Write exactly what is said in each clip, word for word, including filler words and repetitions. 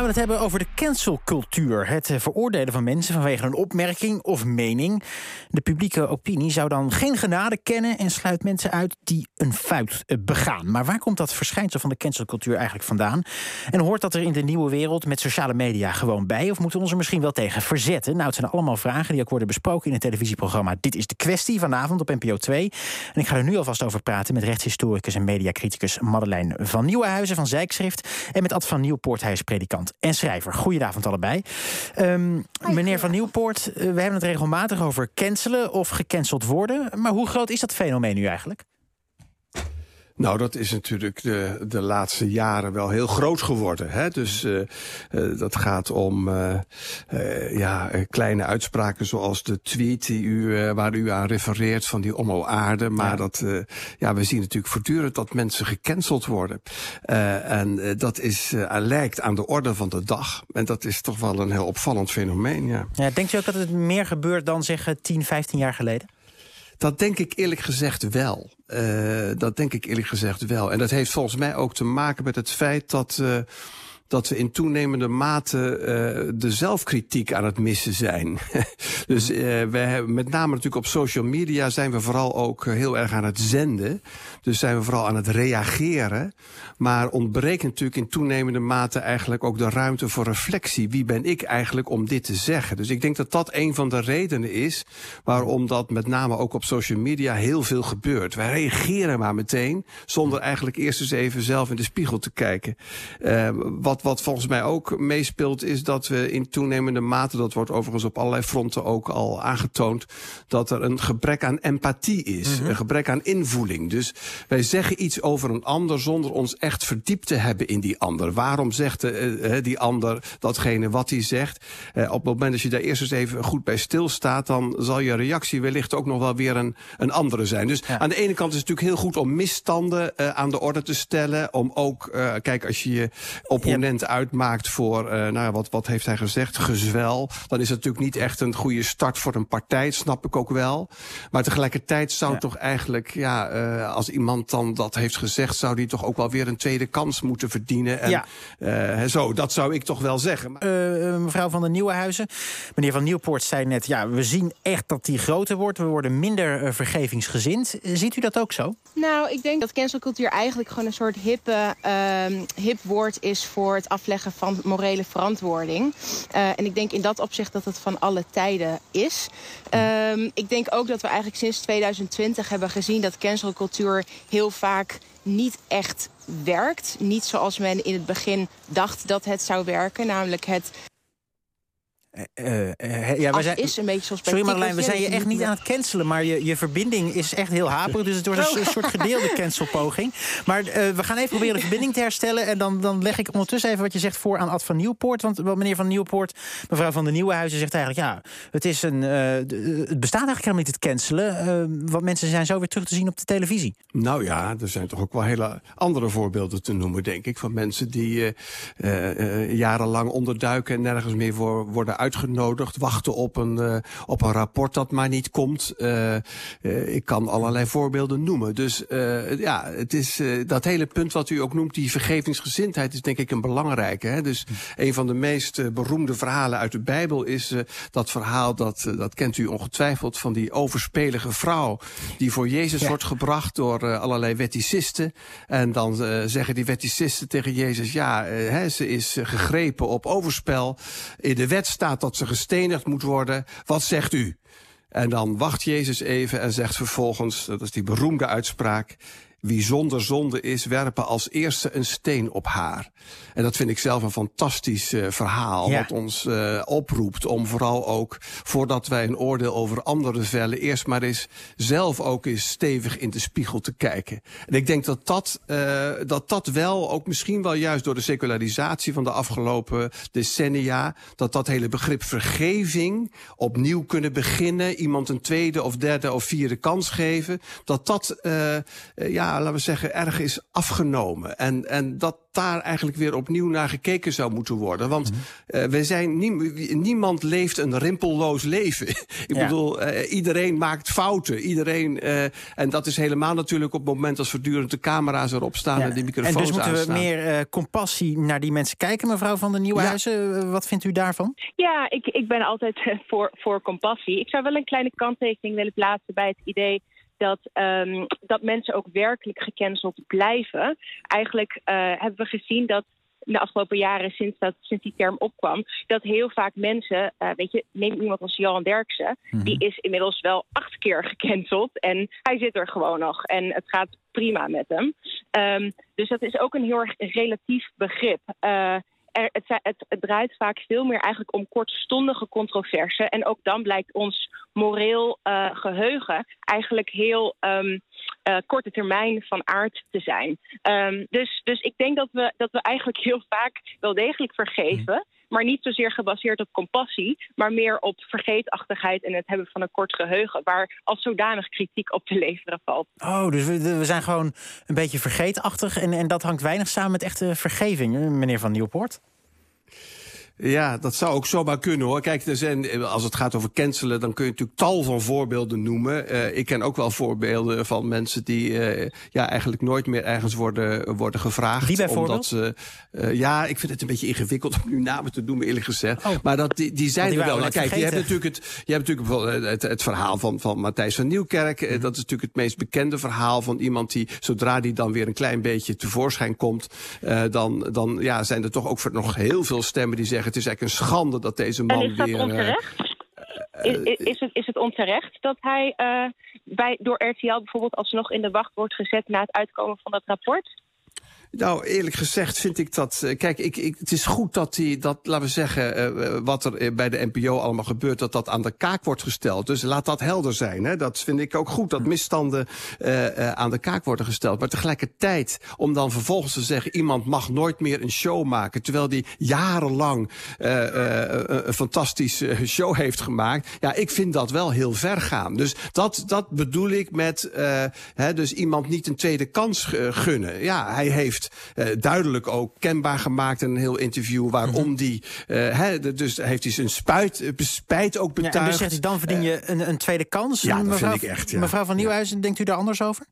gaan we het hebben over de cancelcultuur. Het veroordelen van mensen vanwege een opmerking of mening. De publieke opinie zou dan geen genade kennen en sluit mensen uit die een fout begaan. Maar waar komt dat verschijnsel van de cancelcultuur eigenlijk vandaan? En hoort dat er in de nieuwe wereld met sociale media gewoon bij? Of moeten we ons er misschien wel tegen verzetten? Nou, het zijn allemaal vragen die ook worden besproken in het televisieprogramma Dit is de Kwestie vanavond op N P O twee. En ik ga er nu alvast over praten met rechtshistoricus en mediacriticus Madeleine van Nieuwenhuizen van Zijkschrift en met Ad van Nieuwpoort, hij is predikant en schrijver. Goedenavond allebei. Um, meneer van Nieuwpoort, uh, we hebben het regelmatig over cancelen of gecanceld worden. Maar hoe groot is dat fenomeen nu eigenlijk? Nou, dat is natuurlijk de, de laatste jaren wel heel groot geworden. Hè? Dus uh, uh, dat gaat om uh, uh, ja, kleine uitspraken zoals de tweet die u, uh, waar u aan refereert van die Ommo Aarde. Maar ja. dat, uh, ja, we zien natuurlijk voortdurend dat mensen gecanceld worden. Uh, en uh, dat is, uh, lijkt aan de orde van de dag. En dat is toch wel een heel opvallend fenomeen, ja. Ja, denkt u ook dat het meer gebeurt dan zeggen tien, vijftien jaar geleden? Dat denk ik eerlijk gezegd wel. Uh, dat denk ik eerlijk gezegd wel. En dat heeft volgens mij ook te maken met het feit dat, uh, dat we in toenemende mate uh, de zelfkritiek aan het missen zijn. Dus uh, we hebben, met name natuurlijk op social media zijn we vooral ook heel erg aan het zenden. Dus zijn we vooral aan het reageren. Maar ontbreekt natuurlijk in toenemende mate eigenlijk ook de ruimte voor reflectie. Wie ben ik eigenlijk om dit te zeggen? Dus ik denk dat dat een van de redenen is waarom dat met name ook op social media heel veel gebeurt. Wij reageren maar meteen zonder eigenlijk eerst eens even zelf in de spiegel te kijken. Uh, wat, wat volgens mij ook meespeelt is dat we in toenemende mate, dat wordt overigens op allerlei fronten ook al aangetoond, dat er een gebrek aan empathie is. Mm-hmm. Een gebrek aan invoeling. Dus wij zeggen iets over een ander zonder ons echt verdiept te hebben in die ander. Waarom zegt de, uh, die ander datgene wat hij zegt? Uh, op het moment dat je daar eerst eens even goed bij stilstaat, dan zal je reactie wellicht ook nog wel weer een, een andere zijn. Dus ja. Aan de ene kant is het natuurlijk heel goed om misstanden uh, aan de orde te stellen. Om ook, uh, kijk, als je je opponent ja. uitmaakt voor, uh, nou ja, wat, wat heeft hij gezegd? Gezwel. Dan is het natuurlijk niet echt een goede start voor een partij, snap ik ook wel. Maar tegelijkertijd zou ja. toch eigenlijk, ja, uh, als iemand dan dat heeft gezegd, zou die toch ook wel weer een tweede kans moeten verdienen. En ja. uh, zo, dat zou ik toch wel zeggen. Uh, mevrouw van der Nieuwenhuizen, meneer van Nieuwpoort zei net, ja, we zien echt dat die groter wordt. We worden minder uh, vergevingsgezind. Ziet u dat ook zo? Nou, ik denk dat cancelcultuur eigenlijk gewoon een soort hippe, uh, hip woord is voor het afleggen van morele verantwoording. Uh, en ik denk in dat opzicht dat het van alle tijden is. Uh, ik denk ook dat we eigenlijk sinds tweeduizend twintig hebben gezien dat cancelcultuur heel vaak niet echt werkt. Niet zoals men in het begin dacht dat het zou werken, namelijk het Uh, uh, ja, wij zijn, is een beetje zoals bij sorry Madeleine, we zijn je echt niet aan het cancelen, maar je, je verbinding is echt heel haperig, dus het wordt een, een soort gedeelde cancelpoging. Maar uh, we gaan even proberen de verbinding te herstellen en dan, dan leg ik ondertussen even wat je zegt voor aan Ad van Nieuwpoort, want meneer van Nieuwpoort, mevrouw van der Nieuwenhuizen zegt eigenlijk, ja, het, is een, uh, het bestaat eigenlijk helemaal niet, het cancelen, uh, want mensen zijn zo weer terug te zien op de televisie. Nou ja, er zijn toch ook wel hele andere voorbeelden te noemen, denk ik, van mensen die uh, uh, jarenlang onderduiken en nergens meer voor worden uitgenodigd, wachten op een, uh, op een rapport dat maar niet komt. Uh, uh, ik kan allerlei voorbeelden noemen. Dus uh, ja, het is uh, dat hele punt wat u ook noemt, die vergevingsgezindheid, is denk ik een belangrijke. Hè? Dus een van de meest uh, beroemde verhalen uit de Bijbel is uh, dat verhaal, dat, uh, dat kent u ongetwijfeld, van die overspelige vrouw die voor Jezus ja. wordt gebracht door uh, allerlei wetticisten. En dan uh, zeggen die wetticisten tegen Jezus, ja, uh, hè, ze is uh, gegrepen op overspel. In de wet staat dat ze gestenigd moet worden. Wat zegt u? En dan wacht Jezus even en zegt vervolgens, dat is die beroemde uitspraak, wie zonder zonde is, werpen als eerste een steen op haar. En dat vind ik zelf een fantastisch uh, verhaal, ja. wat ons uh, oproept om vooral ook, voordat wij een oordeel over anderen vellen, eerst maar eens zelf ook eens stevig in de spiegel te kijken. En ik denk dat dat, uh, dat dat wel, ook misschien wel juist door de secularisatie van de afgelopen decennia, dat dat hele begrip vergeving, opnieuw kunnen beginnen, iemand een tweede of derde of vierde kans geven, dat dat uh, uh, ja, ja, laten we zeggen, erg is afgenomen. En, en dat daar eigenlijk weer opnieuw naar gekeken zou moeten worden. Want uh, we zijn nie, niemand leeft een rimpelloos leven. Ik ja. bedoel, uh, iedereen maakt fouten. Iedereen, uh, en dat is helemaal natuurlijk op het moment als voortdurend de camera's erop staan ja. en die microfoons aanstaan. En dus moeten aanstaan. we meer uh, compassie naar die mensen kijken, mevrouw Van der Nieuwenhuizen. Ja. Uh, wat vindt u daarvan? Ja, ik, ik ben altijd voor, voor compassie. Ik zou wel een kleine kanttekening willen plaatsen bij het idee dat, um, dat mensen ook werkelijk gecanceld blijven. Eigenlijk uh, hebben we gezien dat in de afgelopen jaren, sinds, dat, sinds die term opkwam, dat heel vaak mensen, uh, weet je, neem iemand als Johan Derksen, mm-hmm. die is inmiddels wel acht keer gecanceld en hij zit er gewoon nog en het gaat prima met hem. Um, dus dat is ook een heel erg relatief begrip. Uh, Er, het, het, het draait vaak veel meer eigenlijk om kortstondige controverse. En ook dan blijkt ons moreel uh, geheugen eigenlijk heel um, uh, korte termijn van aard te zijn. Um, dus, dus ik denk dat we, dat we eigenlijk heel vaak wel degelijk vergeven. Maar niet zozeer gebaseerd op compassie, maar meer op vergeetachtigheid en het hebben van een kort geheugen, waar als zodanig kritiek op te leveren valt. Oh, dus we, we zijn gewoon een beetje vergeetachtig en, en dat hangt weinig samen met echte vergeving, meneer Van Nieuwpoort? Ja, dat zou ook zomaar kunnen, hoor. Kijk, er zijn, als het gaat over cancelen, dan kun je natuurlijk tal van voorbeelden noemen. Uh, ik ken ook wel voorbeelden van mensen die uh, ja, eigenlijk nooit meer ergens worden, worden gevraagd. Wie bijvoorbeeld? Omdat ze, uh, ja, ik vind het een beetje ingewikkeld om nu namen te noemen, eerlijk gezegd. Oh. Maar dat, die, die zijn die er wel. Nou, kijk, vergeten. je hebt natuurlijk het, je hebt natuurlijk bijvoorbeeld het, het verhaal van, van Matthijs van Nieuwkerk. Mm-hmm. Dat is natuurlijk het meest bekende verhaal van iemand die, zodra die dan weer een klein beetje tevoorschijn komt, uh, dan, dan ja, zijn er toch ook nog heel veel stemmen die zeggen, het is eigenlijk een schande dat deze man weer... En is dat weer, onterecht? Uh, uh, is, is, het, is het onterecht dat hij uh, bij, door R T L bijvoorbeeld alsnog in de wacht wordt gezet na het uitkomen van dat rapport? Nou, eerlijk gezegd vind ik dat... Uh, kijk, ik, ik, het is goed dat, die, dat laten we zeggen, uh, wat er bij de N P O allemaal gebeurt, dat dat aan de kaak wordt gesteld. Dus laat dat helder zijn. Hè. Dat vind ik ook goed, dat misstanden uh, uh, aan de kaak worden gesteld. Maar tegelijkertijd, om dan vervolgens te zeggen, iemand mag nooit meer een show maken, terwijl die jarenlang uh, uh, een fantastische show heeft gemaakt. Ja, ik vind dat wel heel ver gaan. Dus dat, dat bedoel ik met uh, hè, dus iemand niet een tweede kans uh, gunnen. Ja, hij heeft Uh, duidelijk ook kenbaar gemaakt in een heel interview waarom mm-hmm. die, uh, he, dus heeft hij zijn spuit, spijt ook betuigd. Ja, en dus zegt hij, dan verdien je een, een tweede kans. Ja, dat mevrouw, vind ik echt. Ja. Mevrouw Van Nieuwenhuizen, ja. Denkt u daar anders over?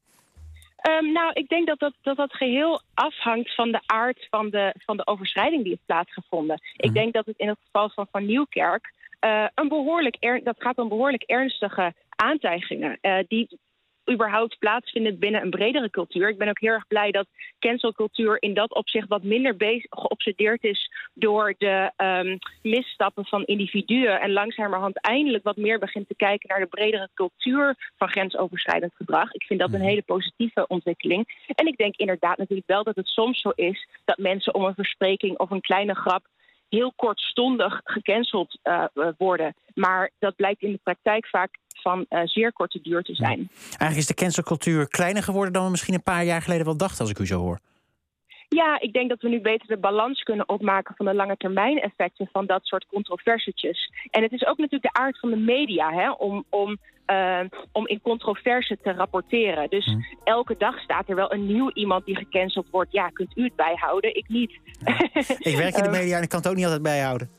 Um, nou, ik denk dat dat, dat dat geheel afhangt van de aard van de, van de overschrijding die heeft plaatsgevonden. Mm-hmm. Ik denk dat het in het geval van Van Nieuwkerk uh, een behoorlijk er, dat gaat om behoorlijk ernstige aantijgingen uh, die überhaupt plaatsvinden binnen een bredere cultuur. Ik ben ook heel erg blij dat cancelcultuur in dat opzicht wat minder bezig, geobsedeerd is door de um, misstappen van individuen en langzamerhand eindelijk wat meer begint te kijken naar de bredere cultuur van grensoverschrijdend gedrag. Ik vind dat een hele positieve ontwikkeling. En ik denk inderdaad natuurlijk wel dat het soms zo is dat mensen om een verspreking of een kleine grap heel kortstondig gecanceld uh, worden. Maar dat blijkt in de praktijk vaak van uh, zeer korte duur te zijn. Eigenlijk is de cancelcultuur kleiner geworden dan we misschien een paar jaar geleden wel dachten, als ik u zo hoor. Ja, ik denk dat we nu beter de balans kunnen opmaken van de lange termijn effecten van dat soort controversietjes. En het is ook natuurlijk de aard van de media, hè, om, om, uh, om in controverse te rapporteren. Dus hmm. elke dag staat er wel een nieuw iemand die gecanceld wordt. Ja, kunt u het bijhouden? Ik niet. Ja. Ik werk in de media en ik kan het ook niet altijd bijhouden.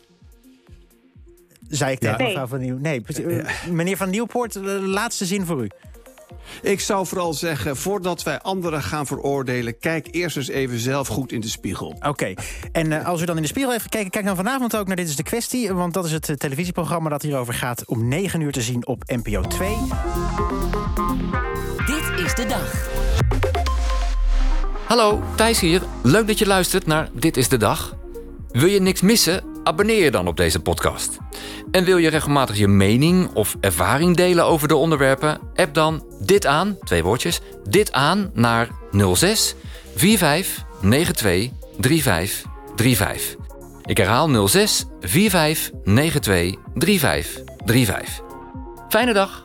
Zei ik tegen ja. mevrouw Van Nieuw. Nee, meneer Van Nieuwpoort, de laatste zin voor u. Ik zou vooral zeggen, voordat wij anderen gaan veroordelen, kijk eerst eens even zelf goed in de spiegel. Oké, okay. en uh, als u dan in de spiegel heeft gekeken, kijk dan vanavond ook naar Dit is de Kwestie. Want dat is het uh, televisieprogramma dat hierover gaat om negen uur te zien op N P O twee. Dit is de dag. Hallo, Thijs hier. Leuk dat je luistert naar Dit is de Dag. Wil je niks missen? Abonneer je dan op deze podcast. En wil je regelmatig je mening of ervaring delen over de onderwerpen? App dan dit aan, twee woordjes, dit aan naar nul zes vier vijf negen twee drie vijf drie vijf. Ik herhaal nul zes vier vijf negen twee drie vijf drie vijf. Fijne dag!